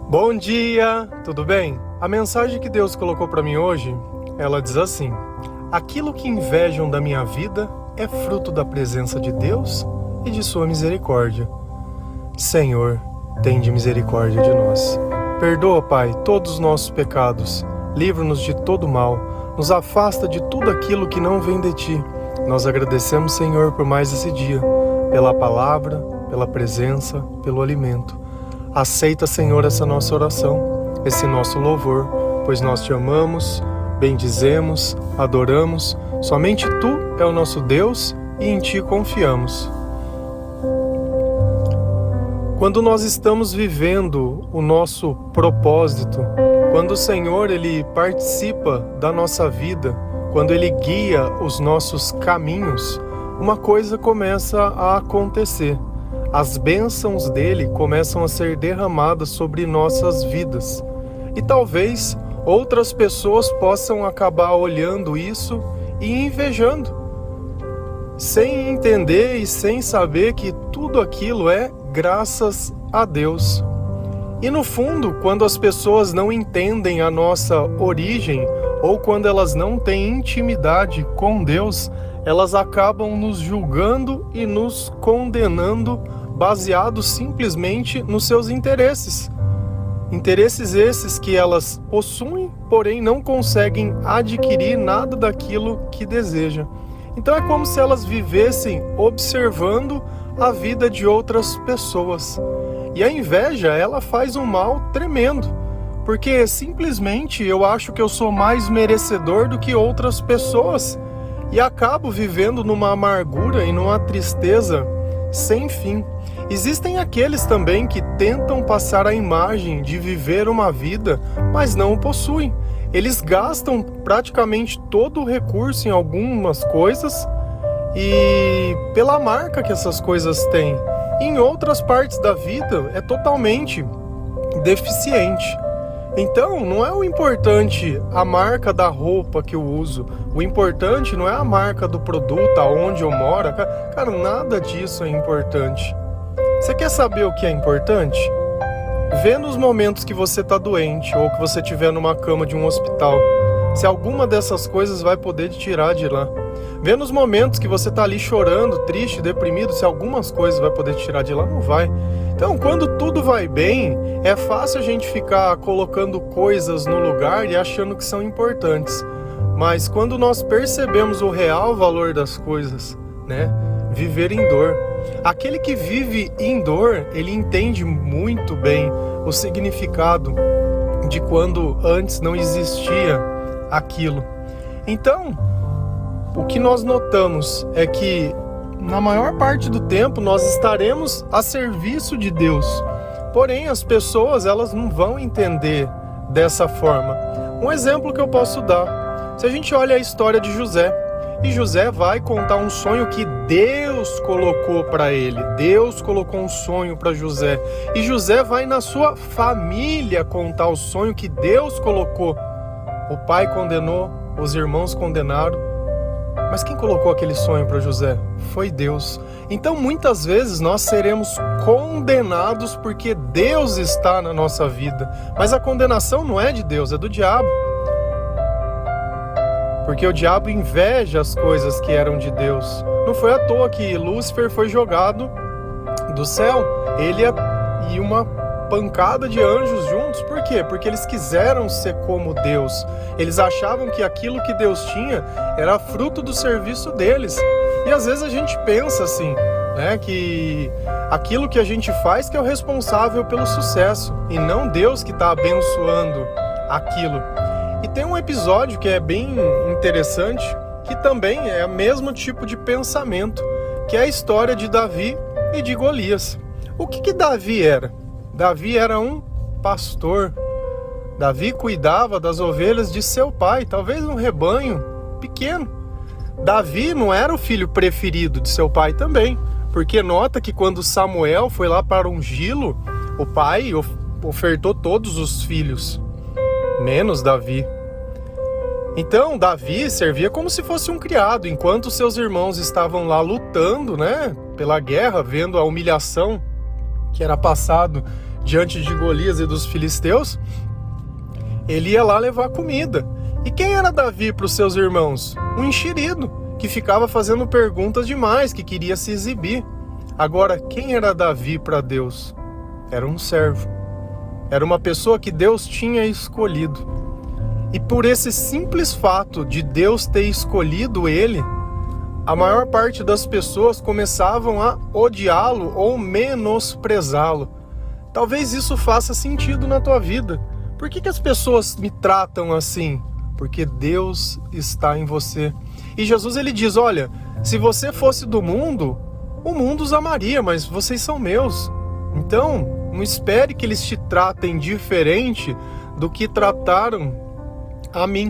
Bom dia, tudo bem? A mensagem que Deus colocou para mim hoje, ela diz assim: aquilo que invejam da minha vida é fruto da presença de Deus e de sua misericórdia. Senhor, tende misericórdia de nós. Perdoa, Pai, todos os nossos pecados. Livra-nos de todo mal. Nos afasta de tudo aquilo que não vem de Ti. Nós agradecemos, Senhor, por mais esse dia, pela palavra, pela presença, pelo alimento. Aceita, Senhor, essa nossa oração, esse nosso louvor, pois nós Te amamos, bendizemos, adoramos. Somente Tu é o nosso Deus e em Ti confiamos. Quando nós estamos vivendo o nosso propósito, quando o Senhor Ele participa da nossa vida, quando Ele guia os nossos caminhos, uma coisa começa a acontecer. As bênçãos dele começam a ser derramadas sobre nossas vidas. E talvez outras pessoas possam acabar olhando isso e invejando, sem entender e sem saber que tudo aquilo é graças a Deus. E no fundo, quando as pessoas não entendem a nossa origem, ou quando elas não têm intimidade com Deus, elas acabam nos julgando e nos condenando baseados simplesmente nos seus interesses. Interesses esses que elas possuem, porém não conseguem adquirir nada daquilo que desejam. Então é como se elas vivessem observando a vida de outras pessoas. E a inveja, ela faz um mal tremendo, porque simplesmente eu acho que eu sou mais merecedor do que outras pessoas e acabo vivendo numa amargura e numa tristeza sem fim. Existem aqueles também que tentam passar a imagem de viver uma vida, mas não o possuem. Eles gastam praticamente todo o recurso em algumas coisas e pela marca que essas coisas têm. Em outras partes da vida é totalmente deficiente. Então, não é o importante a marca da roupa que eu uso. O importante não é a marca do produto, aonde eu moro. Cara, nada disso é importante. Você quer saber o que é importante? Vê nos momentos que você está doente ou que você estiver numa cama de um hospital, se alguma dessas coisas vai poder te tirar de lá. Vê nos momentos que você está ali chorando, triste, deprimido, se algumas coisas vai poder te tirar de lá. Não vai. Então, quando tudo vai bem, é fácil a gente ficar colocando coisas no lugar e achando que são importantes. Mas quando nós percebemos o real valor das coisas, né? Viver em dor. Aquele que vive em dor, ele entende muito bem o significado de quando antes não existia aquilo. Então, o que nós notamos é que na maior parte do tempo nós estaremos a serviço de Deus. Porém, as pessoas, elas não vão entender dessa forma. Um exemplo que eu posso dar. Se a gente olha a história de José, e José vai contar um sonho que Deus colocou para ele. Deus colocou um sonho para José. E José vai na sua família contar o sonho que Deus colocou. O pai condenou, os irmãos condenaram. Mas quem colocou aquele sonho para José? Foi Deus. Então muitas vezes nós seremos condenados porque Deus está na nossa vida. Mas a condenação não é de Deus, é do diabo. Porque o diabo inveja as coisas que eram de Deus. Não foi à toa que Lúcifer foi jogado do céu. Ele e uma pancada de anjos juntos. Por quê? Porque eles quiseram ser como Deus. Eles achavam que aquilo que Deus tinha era fruto do serviço deles. E às vezes a gente pensa assim, né, que aquilo que a gente faz que é o responsável pelo sucesso. E não Deus que está abençoando aquilo. E tem um episódio que é bem interessante, que também é o mesmo tipo de pensamento, que é a história de Davi e de Golias. O que Davi era? Davi era um pastor. Davi cuidava das ovelhas de seu pai, talvez um rebanho pequeno. Davi não era o filho preferido de seu pai também, porque nota que quando Samuel foi lá para ungí-lo, o pai ofertou todos os filhos, menos Davi. Então Davi servia como se fosse um criado, enquanto seus irmãos estavam lá lutando, né, pela guerra, vendo a humilhação que era passado diante de Golias e dos filisteus, ele ia lá levar comida. E quem era Davi para os seus irmãos? Um enxerido, que ficava fazendo perguntas demais, que queria se exibir. Agora, quem era Davi para Deus? Era um servo. Era uma pessoa que Deus tinha escolhido. E por esse simples fato de Deus ter escolhido ele, a maior parte das pessoas começavam a odiá-lo ou menosprezá-lo. Talvez isso faça sentido na tua vida. Por que as pessoas me tratam assim? Porque Deus está em você. E Jesus ele diz, olha, se você fosse do mundo, o mundo os amaria, mas vocês são meus. Então, não espere que eles te tratem diferente do que trataram a mim.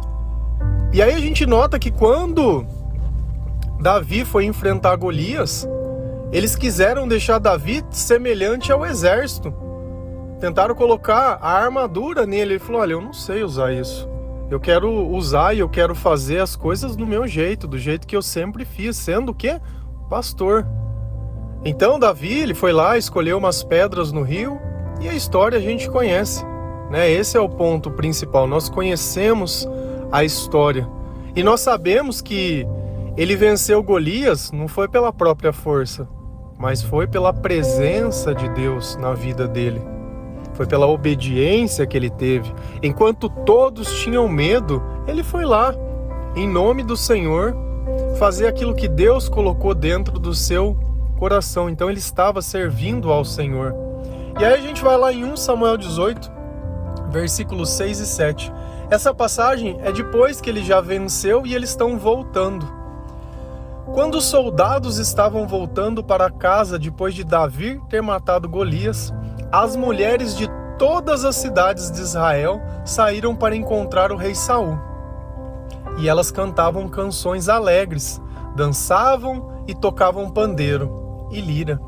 E aí a gente nota que quando Davi foi enfrentar Golias, eles quiseram deixar Davi semelhante ao exército. Tentaram colocar a armadura nele. Ele falou, olha, eu não sei usar isso. Eu quero usar e eu quero fazer as coisas do meu jeito, do jeito que eu sempre fiz, sendo o quê? Pastor. Então Davi, ele foi lá, escolheu umas pedras no rio e a história a gente conhece, né? Esse é o ponto principal, nós conhecemos a história. E nós sabemos que ele venceu Golias não foi pela própria força, mas foi pela presença de Deus na vida dele. Foi pela obediência que ele teve. Enquanto todos tinham medo, ele foi lá, em nome do Senhor, fazer aquilo que Deus colocou dentro do seu coração. Então ele estava servindo ao Senhor. E aí a gente vai lá em 1 Samuel 18, versículos 6 e 7. Essa passagem é depois que ele já venceu e eles estão voltando. Quando os soldados estavam voltando para casa depois de Davi ter matado Golias, as mulheres de todas as cidades de Israel saíram para encontrar o rei Saul. E elas cantavam canções alegres, dançavam e tocavam pandeiro e lira.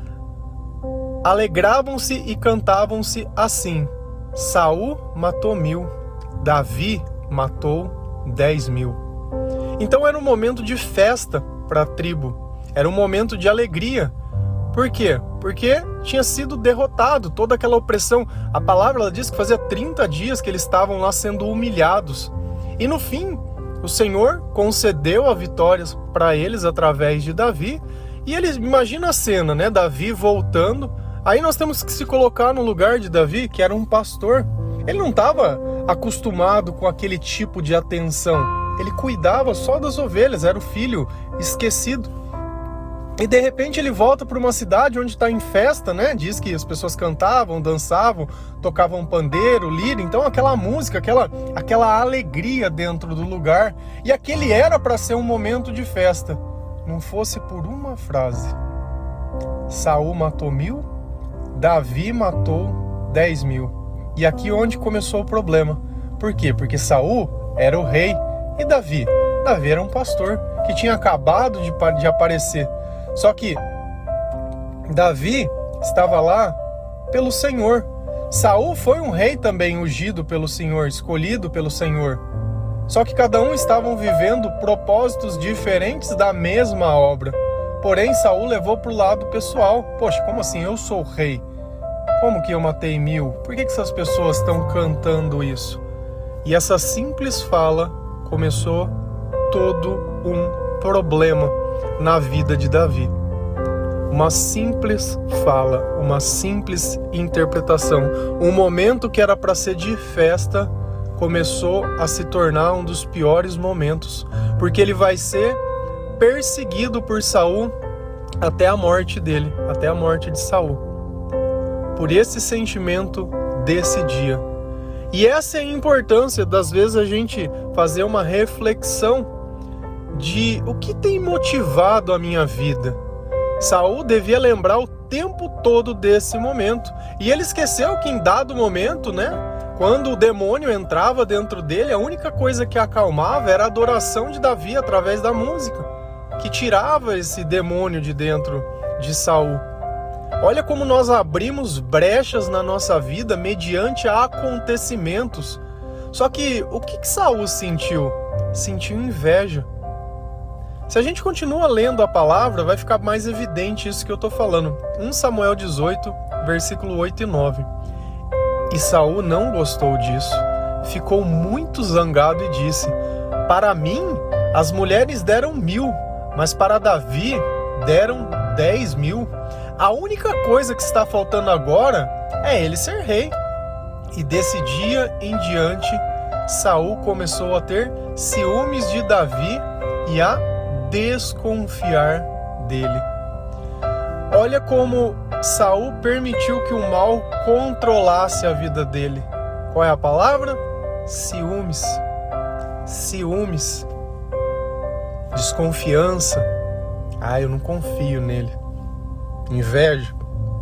Alegravam-se e cantavam-se assim: Saul matou 1000, Davi matou 10.000. Então era um momento de festa para a tribo, era um momento de alegria. Por quê? Porque tinha sido derrotado toda aquela opressão. A palavra ela diz que fazia 30 dias que eles estavam lá sendo humilhados. E no fim, o Senhor concedeu a vitória para eles através de Davi. E eles, imagina a cena, né? Davi voltando. Aí nós temos que se colocar no lugar de Davi, que era um pastor. Ele não estava acostumado com aquele tipo de atenção. Ele cuidava só das ovelhas, era o filho esquecido. E de repente ele volta para uma cidade onde está em festa, né? Diz que as pessoas cantavam, dançavam, tocavam pandeiro, lira. Então aquela música, aquela alegria dentro do lugar. E aquele era para ser um momento de festa. Não fosse por uma frase. Saul matou 1000, Davi matou 10.000. E aqui onde começou o problema. Por quê? Porque Saul era o rei e Davi era um pastor que tinha acabado de aparecer. Só que Davi estava lá pelo Senhor. Saul foi um rei também ungido pelo Senhor, escolhido pelo Senhor. Só que cada um estavam vivendo propósitos diferentes da mesma obra. Porém, Saul levou para o lado pessoal. Poxa, como assim? Eu sou o rei. Como que eu matei 1000? Por que essas pessoas estão cantando isso? E essa simples fala começou todo um problema na vida de Davi. Uma simples fala, uma simples interpretação. Um momento que era para ser de festa começou a se tornar um dos piores momentos, porque ele vai ser perseguido por Saul até a morte dele, até a morte de Saul. Por esse sentimento desse dia. E essa é a importância das vezes a gente fazer uma reflexão de o que tem motivado a minha vida. Saul devia lembrar o tempo todo desse momento. E ele esqueceu que em dado momento, né, quando o demônio entrava dentro dele, a única coisa que acalmava era a adoração de Davi através da música, que tirava esse demônio de dentro de Saul. Olha como nós abrimos brechas na nossa vida mediante acontecimentos. Só que o que Saul sentiu? Sentiu inveja. Se a gente continua lendo a palavra, vai ficar mais evidente isso que eu estou falando. 1 Samuel 18, versículo 8 e 9. E Saul não gostou disso, ficou muito zangado e disse: para mim, as mulheres deram 1000, mas para Davi deram 10.000. A única coisa que está faltando agora é ele ser rei. E desse dia em diante, Saul começou a ter ciúmes de Davi e a desconfiar dele. Olha como Saul permitiu que o mal controlasse a vida dele. Qual é a palavra? Ciúmes. Ciúmes. Desconfiança. Eu não confio nele. Inveja.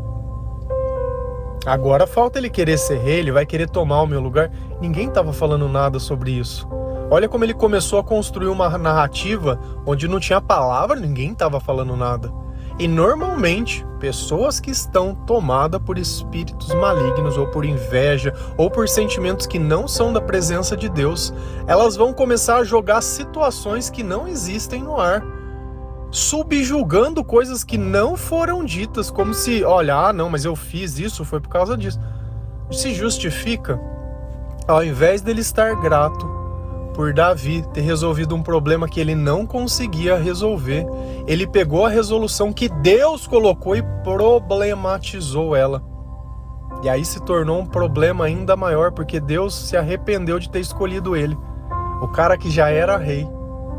Agora falta ele querer ser rei, ele vai querer tomar o meu lugar. Ninguém estava falando nada sobre isso. Olha como ele começou a construir uma narrativa onde não tinha palavra, ninguém estava falando nada. E normalmente, pessoas que estão tomadas por espíritos malignos, ou por inveja, ou por sentimentos que não são da presença de Deus, elas vão começar a jogar situações que não existem no ar, subjugando coisas que não foram ditas, como se, olha, não, mas eu fiz isso, foi por causa disso. Se justifica, ao invés dele estar grato por Davi ter resolvido um problema que ele não conseguia resolver, ele pegou a resolução que Deus colocou e problematizou ela. E aí se tornou um problema ainda maior, porque Deus se arrependeu de ter escolhido ele. O cara que já era rei.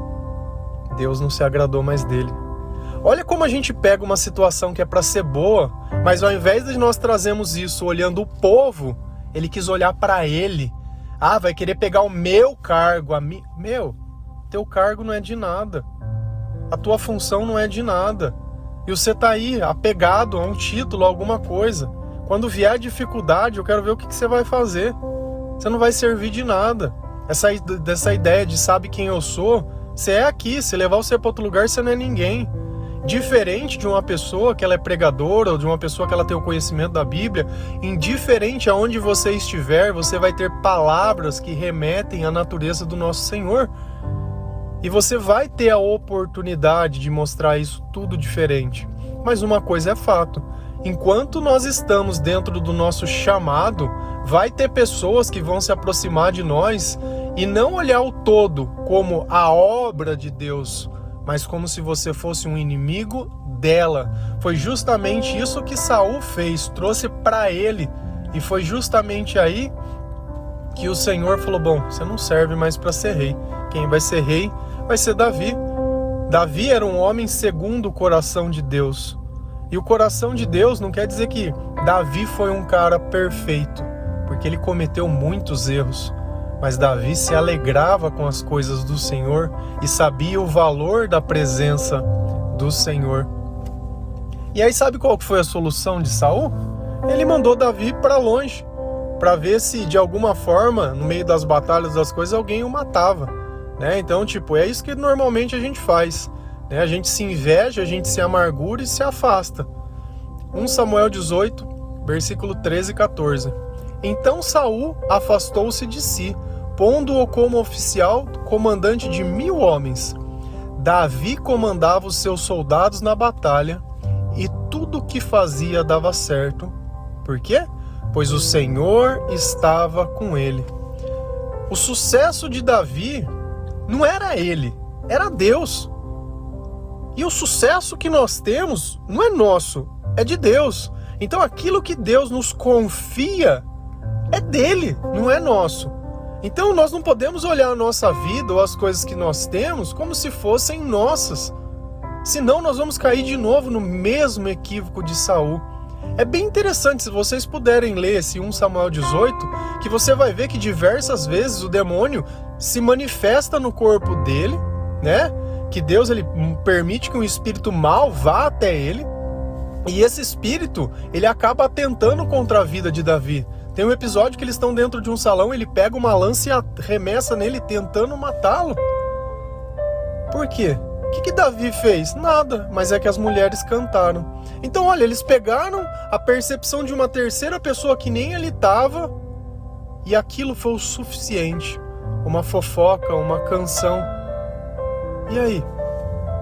Deus não se agradou mais dele. Olha como a gente pega uma situação que é para ser boa, mas ao invés de nós trazermos isso olhando o povo, ele quis olhar para ele. Vai querer pegar o meu cargo. Teu cargo não é de nada. A tua função não é de nada. E você tá aí apegado a um título, a alguma coisa. Quando vier a dificuldade, eu quero ver o que você vai fazer. Você não vai servir de nada. Dessa ideia de sabe quem eu sou, você é aqui. Se levar você para outro lugar, você não é ninguém. Diferente de uma pessoa que ela é pregadora, ou de uma pessoa que ela tem o conhecimento da Bíblia, indiferente aonde você estiver, você vai ter palavras que remetem à natureza do nosso Senhor. E você vai ter a oportunidade de mostrar isso tudo diferente. Mas uma coisa é fato: enquanto nós estamos dentro do nosso chamado, vai ter pessoas que vão se aproximar de nós e não olhar o todo como a obra de Deus, mas como se você fosse um inimigo dela. Foi justamente isso que Saul fez, trouxe para ele. E foi justamente aí que o Senhor falou: bom, você não serve mais para ser rei. Quem vai ser rei vai ser Davi. Davi era um homem segundo o coração de Deus. E o coração de Deus não quer dizer que Davi foi um cara perfeito, porque ele cometeu muitos erros. Mas Davi se alegrava com as coisas do Senhor e sabia o valor da presença do Senhor. E aí sabe qual que foi a solução de Saul? Ele mandou Davi para longe, para ver se de alguma forma, no meio das batalhas das coisas, alguém o matava. Então, é isso que normalmente a gente faz. A gente se inveja, a gente se amargura e se afasta. 1 Samuel 18, versículo 13 e 14. Então Saul afastou-se de si, pondo-o como oficial, comandante de 1000 homens. Davi comandava os seus soldados na batalha, e tudo o que fazia dava certo. Por quê? Pois o Senhor estava com ele. O sucesso de Davi não era ele, era Deus. E o sucesso que nós temos não é nosso, é de Deus. Então aquilo que Deus nos confia é dele, não é nosso. Então nós não podemos olhar a nossa vida ou as coisas que nós temos como se fossem nossas. Senão nós vamos cair de novo no mesmo equívoco de Saul. É bem interessante, se vocês puderem ler esse 1 Samuel 18, que você vai ver que diversas vezes o demônio se manifesta no corpo dele, que Deus ele permite que um espírito mau vá até ele, e esse espírito ele acaba atentando contra a vida de Davi. Tem um episódio que eles estão dentro de um salão, ele pega uma lança e arremessa nele, tentando matá-lo. Por quê? O que Davi fez? Nada, mas é que as mulheres cantaram. Então, olha, eles pegaram a percepção de uma terceira pessoa que nem ele estava, e aquilo foi o suficiente. Uma fofoca, uma canção. E aí?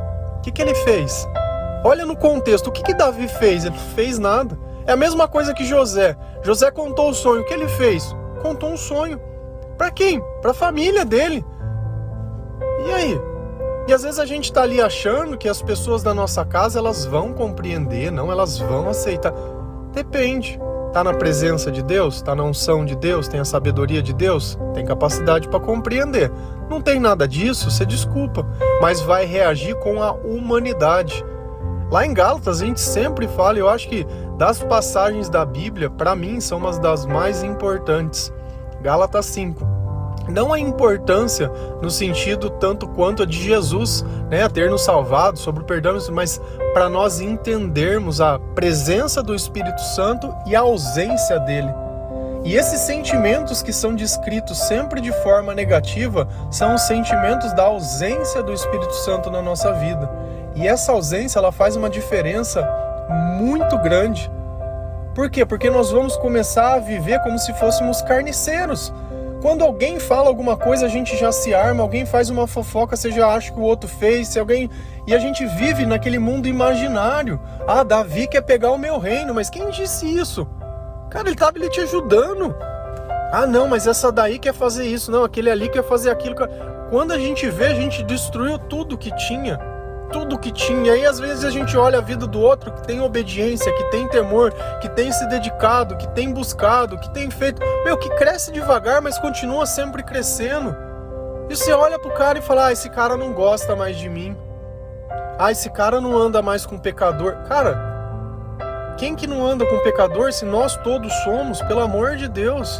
que ele fez? Olha no contexto, o que Davi fez? Ele não fez nada. É a mesma coisa que José. José contou o sonho, o que ele fez? Contou um sonho. Para quem? Para a família dele. E aí? E às vezes a gente tá ali achando que as pessoas da nossa casa, elas vão compreender, não, elas vão aceitar. Depende. Tá na presença de Deus? Tá na unção de Deus? Tem a sabedoria de Deus? Tem capacidade para compreender. Não tem nada disso, você desculpa. Mas vai reagir com a humanidade. Lá em Gálatas a gente sempre fala, eu acho que das passagens da Bíblia, para mim, são umas das mais importantes. Gálatas 5. Não a importância no sentido tanto quanto a de Jesus, né, ter nos salvado, sobre o perdão, mas para nós entendermos a presença do Espírito Santo e a ausência dele. E esses sentimentos que são descritos sempre de forma negativa são os sentimentos da ausência do Espírito Santo na nossa vida. E essa ausência, ela faz uma diferença muito grande. Por quê? Porque nós vamos começar a viver como se fôssemos carniceiros. Quando alguém fala alguma coisa, a gente já se arma, alguém faz uma fofoca, você já acha que o outro fez, e a gente vive naquele mundo imaginário. Ah, Davi quer pegar o meu reino, mas quem disse isso? Cara, ele estava ali te ajudando. Ah, não, mas essa daí quer fazer isso, não, aquele ali quer fazer aquilo. Quando a gente vê, a gente destruiu tudo que tinha. Tudo que tinha. E às vezes a gente olha a vida do outro que tem obediência, que tem temor, que tem se dedicado, que tem buscado, que tem feito, que cresce devagar, mas continua sempre crescendo. E você olha pro cara e fala, esse cara não gosta mais de mim. Esse cara não anda mais com pecador. Cara, quem que não anda com pecador se nós todos somos, pelo amor de Deus?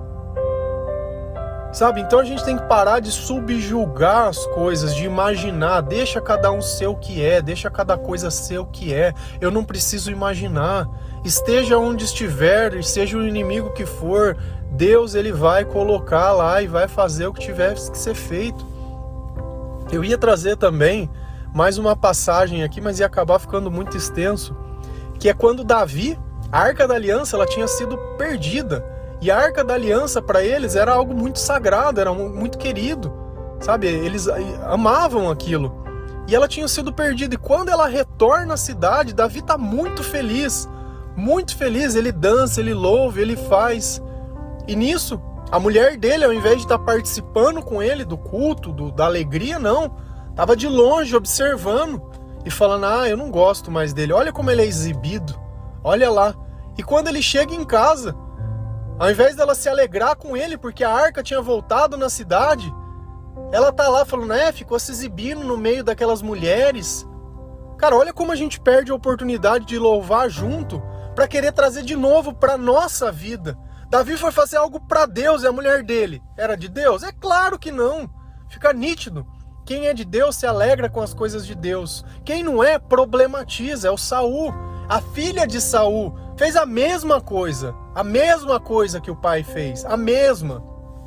Sabe, então a gente tem que parar de subjugar as coisas, de imaginar, deixa cada um ser o que é, deixa cada coisa ser o que é, eu não preciso imaginar, esteja onde estiver, seja o inimigo que for, Deus ele vai colocar lá e vai fazer o que tiver que ser feito. Eu ia trazer também mais uma passagem aqui, mas ia acabar ficando muito extenso, que é quando Davi, a Arca da Aliança, ela tinha sido perdida. E a Arca da Aliança para eles era algo muito sagrado, era muito querido, sabe? Eles amavam aquilo. E ela tinha sido perdida. E quando ela retorna à cidade, Davi está muito feliz. Muito feliz. Ele dança, ele louva, ele faz. E nisso, a mulher dele, ao invés de estar participando com ele do culto, da alegria, não. Estava de longe, observando. E falando, eu não gosto mais dele. Olha como ele é exibido. Olha lá. E quando ele chega em casa, ao invés dela se alegrar com ele, porque a arca tinha voltado na cidade, ela tá lá falando, ficou se exibindo no meio daquelas mulheres. Cara, olha como a gente perde a oportunidade de louvar junto, para querer trazer de novo para nossa vida. Davi foi fazer algo para Deus, e a mulher dele era de Deus? É claro que não. Fica nítido. Quem é de Deus se alegra com as coisas de Deus. Quem não é, problematiza. É o Saul. A filha de Saul fez a mesma coisa que o pai fez, a mesma.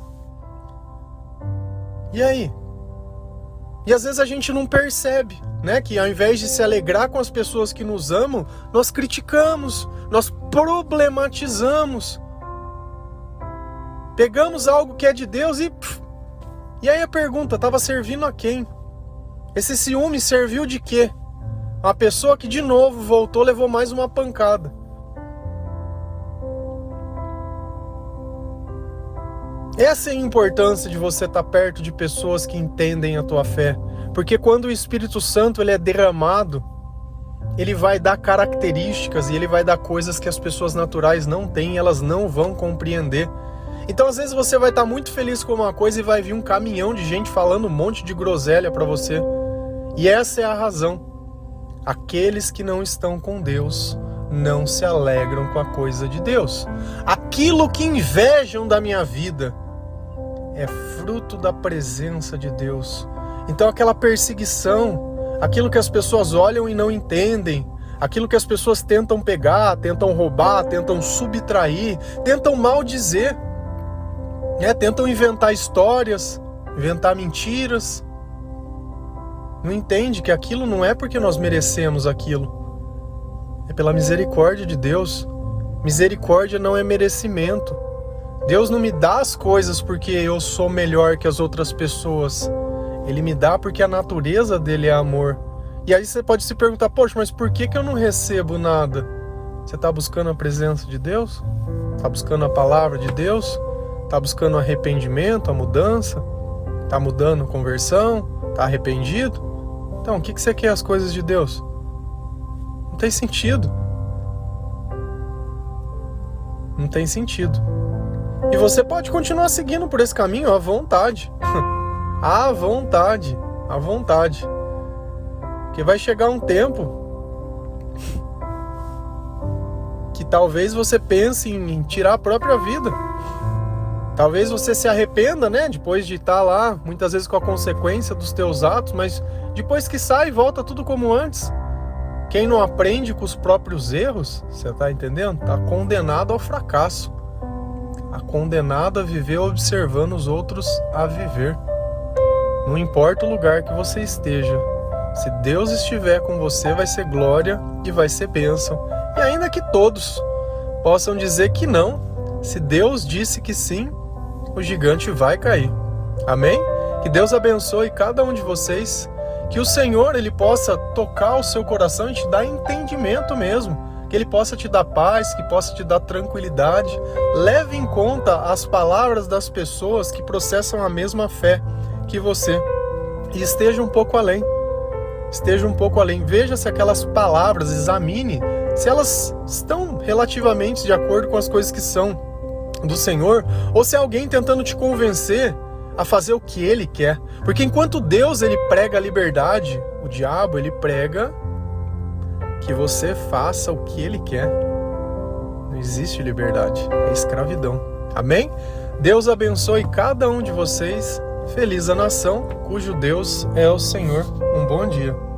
E aí? E às vezes a gente não percebe, né, que ao invés de se alegrar com as pessoas que nos amam, nós criticamos, nós problematizamos. Pegamos algo que é de Deus e aí a pergunta, estava servindo a quem? Esse ciúme serviu de quê? Uma pessoa que de novo voltou, levou mais uma pancada. Essa é a importância de você estar perto de pessoas que entendem a tua fé. Porque quando o Espírito Santo ele é derramado, ele vai dar características e ele vai dar coisas que as pessoas naturais não têm, elas não vão compreender. Então às vezes você vai estar muito feliz com uma coisa e vai vir um caminhão de gente falando um monte de groselha para você. E essa é a razão. Aqueles que não estão com Deus não se alegram com a coisa de Deus. Aquilo que invejam da minha vida é fruto da presença de Deus. Então aquela perseguição, aquilo que as pessoas olham e não entendem, aquilo que as pessoas tentam pegar, tentam roubar, tentam subtrair, tentam maldizer, tentam inventar histórias, inventar mentiras. Não entende que aquilo não é porque nós merecemos aquilo. É pela misericórdia de Deus. Misericórdia não é merecimento. Deus não me dá as coisas porque eu sou melhor que as outras pessoas. Ele me dá porque a natureza dele é amor. E aí você pode se perguntar, poxa, mas por que eu não recebo nada? Você está buscando a presença de Deus? Está buscando a palavra de Deus? Está buscando arrependimento, a mudança? Está mudando conversão? Está arrependido? Então, o que você quer as coisas de Deus? Não tem sentido. Não tem sentido. E você pode continuar seguindo por esse caminho à vontade. À vontade. À vontade. Porque vai chegar um tempo que talvez você pense em tirar a própria vida. Talvez você se arrependa, né? Depois de estar lá, muitas vezes com a consequência dos teus atos, mas depois que sai, volta tudo como antes. Quem não aprende com os próprios erros, você está entendendo? Está condenado ao fracasso. Está condenado a viver observando os outros a viver. Não importa o lugar que você esteja. Se Deus estiver com você, vai ser glória e vai ser bênção. E ainda que todos possam dizer que não, se Deus disse que sim, o gigante vai cair. Amém? Que Deus abençoe cada um de vocês. Que o Senhor, Ele possa tocar o seu coração e te dar entendimento mesmo. Que Ele possa te dar paz, que possa te dar tranquilidade. Leve em conta as palavras das pessoas que processam a mesma fé que você. E esteja um pouco além. Esteja um pouco além. Veja se aquelas palavras, examine se elas estão relativamente de acordo com as coisas que são do Senhor, ou se é alguém tentando te convencer a fazer o que Ele quer. Porque enquanto Deus Ele prega a liberdade, o diabo Ele prega que você faça o que Ele quer. Não existe liberdade, é escravidão. Amém? Deus abençoe cada um de vocês. Feliz a nação cujo Deus é o Senhor. Um bom dia.